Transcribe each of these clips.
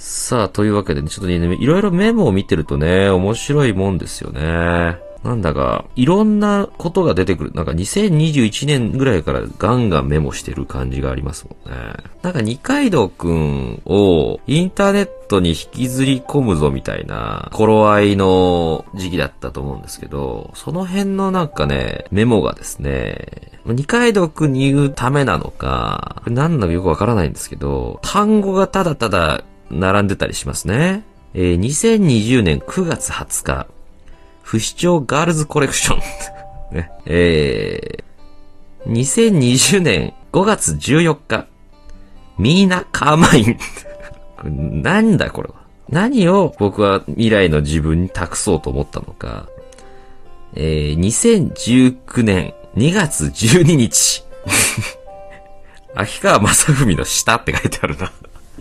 さあ、というわけでね、ちょっとね、いろいろメモを見てるとね、面白いもんですよね。なんだか、いろんなことが出てくる。なんか2021年ぐらいからガンガンメモしてる感じがありますもんね。なんか二階堂くんをインターネットに引きずり込むぞみたいな頃合いの時期だったと思うんですけど、その辺のなんかね、メモがですね、二階堂くんに言うためなのか、何なのかよくわからないんですけど、単語がただただ並んでたりしますね。2020年9月20日、不死鳥ガールズコレクション。ね、2020年5月14日、ミーナ・カーマイン。これなんだこれは。何を僕は未来の自分に託そうと思ったのか。2019年2月12日。秋川正文の下って書いてあるな。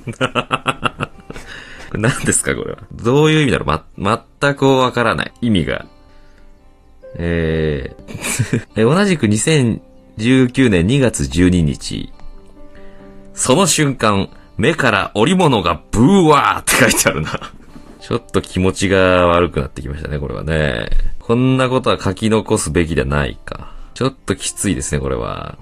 これ何ですかこれは。どういう意味だろう、全くわからない。意味が。同じく2019年2月12日。その瞬間、目から織物がブーワーって書いてあるな。ちょっと気持ちが悪くなってきましたね、これはね。こんなことは書き残すべきではないか。ちょっときついですね、これは。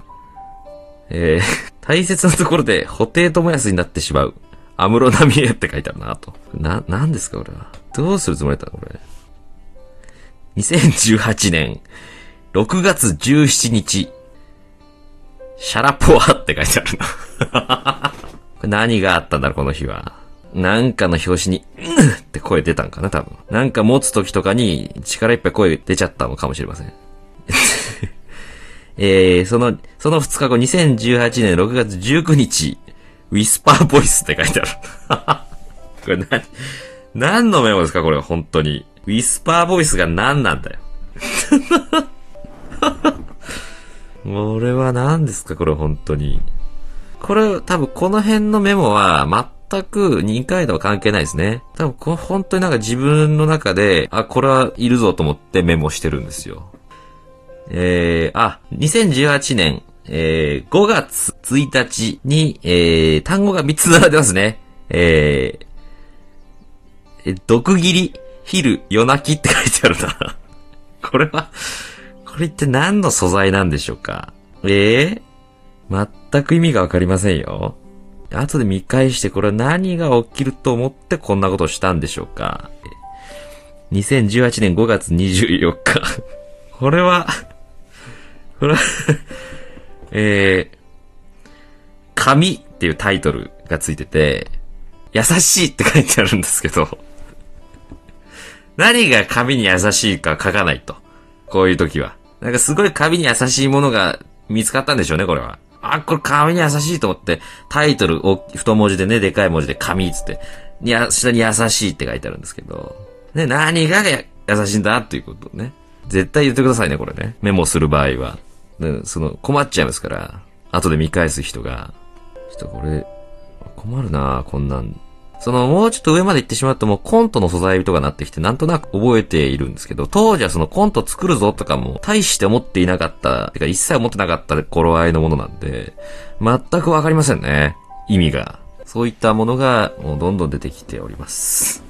大切なところで、布袋寅泰になってしまう。安室奈美恵って書いてあるなと。なんですかこれは。どうするつもりだったのこれ。2018年6月17日。シャラポワって書いてあるな。これ何があったんだろうこの日は。なんかの表紙に、って声出たんかな多分。なんか持つ時とかに力いっぱい声出ちゃったのかもしれません。その2日後、2018年6月19日。ウィスパーボイスって書いてある。これ何のメモですかこれは本当に。ウィスパーボイスが何なんだよ。これは何ですかこれ本当に。これ多分この辺のメモは全く二階堂は関係ないですね。多分本当になんか自分の中で、これはいるぞと思ってメモしてるんですよ。2018年、5月1日に、単語が3つ並んでますね。毒斬り、昼、夜泣きって書いてあるな。これって何の素材なんでしょうか？全く意味がわかりませんよ。後で見返してこれは何が起きると思ってこんなことをしたんでしょうか？2018年5月24日。これは、神っていうタイトルがついてて、優しいって書いてあるんですけど、何が神に優しいか書かないと。こういう時は。なんかすごい神に優しいものが見つかったんでしょうね、これは。これ神に優しいと思って、タイトルを太文字でね、でかい文字で神っつって、下に優しいって書いてあるんですけど、ね、何が優しいんだっていうことをね。絶対言ってくださいね、これね。メモする場合は。困っちゃいますから、後で見返す人が。ちょっとこれ、困るなこんなん。もうちょっと上まで行ってしまうともうコントの素材とかなってきてなんとなく覚えているんですけど、当時はコント作るぞとかも大して思っていなかった、てか一切思ってなかった頃合いのものなんで、全くわかりませんね。意味が。そういったものがもうどんどん出てきております。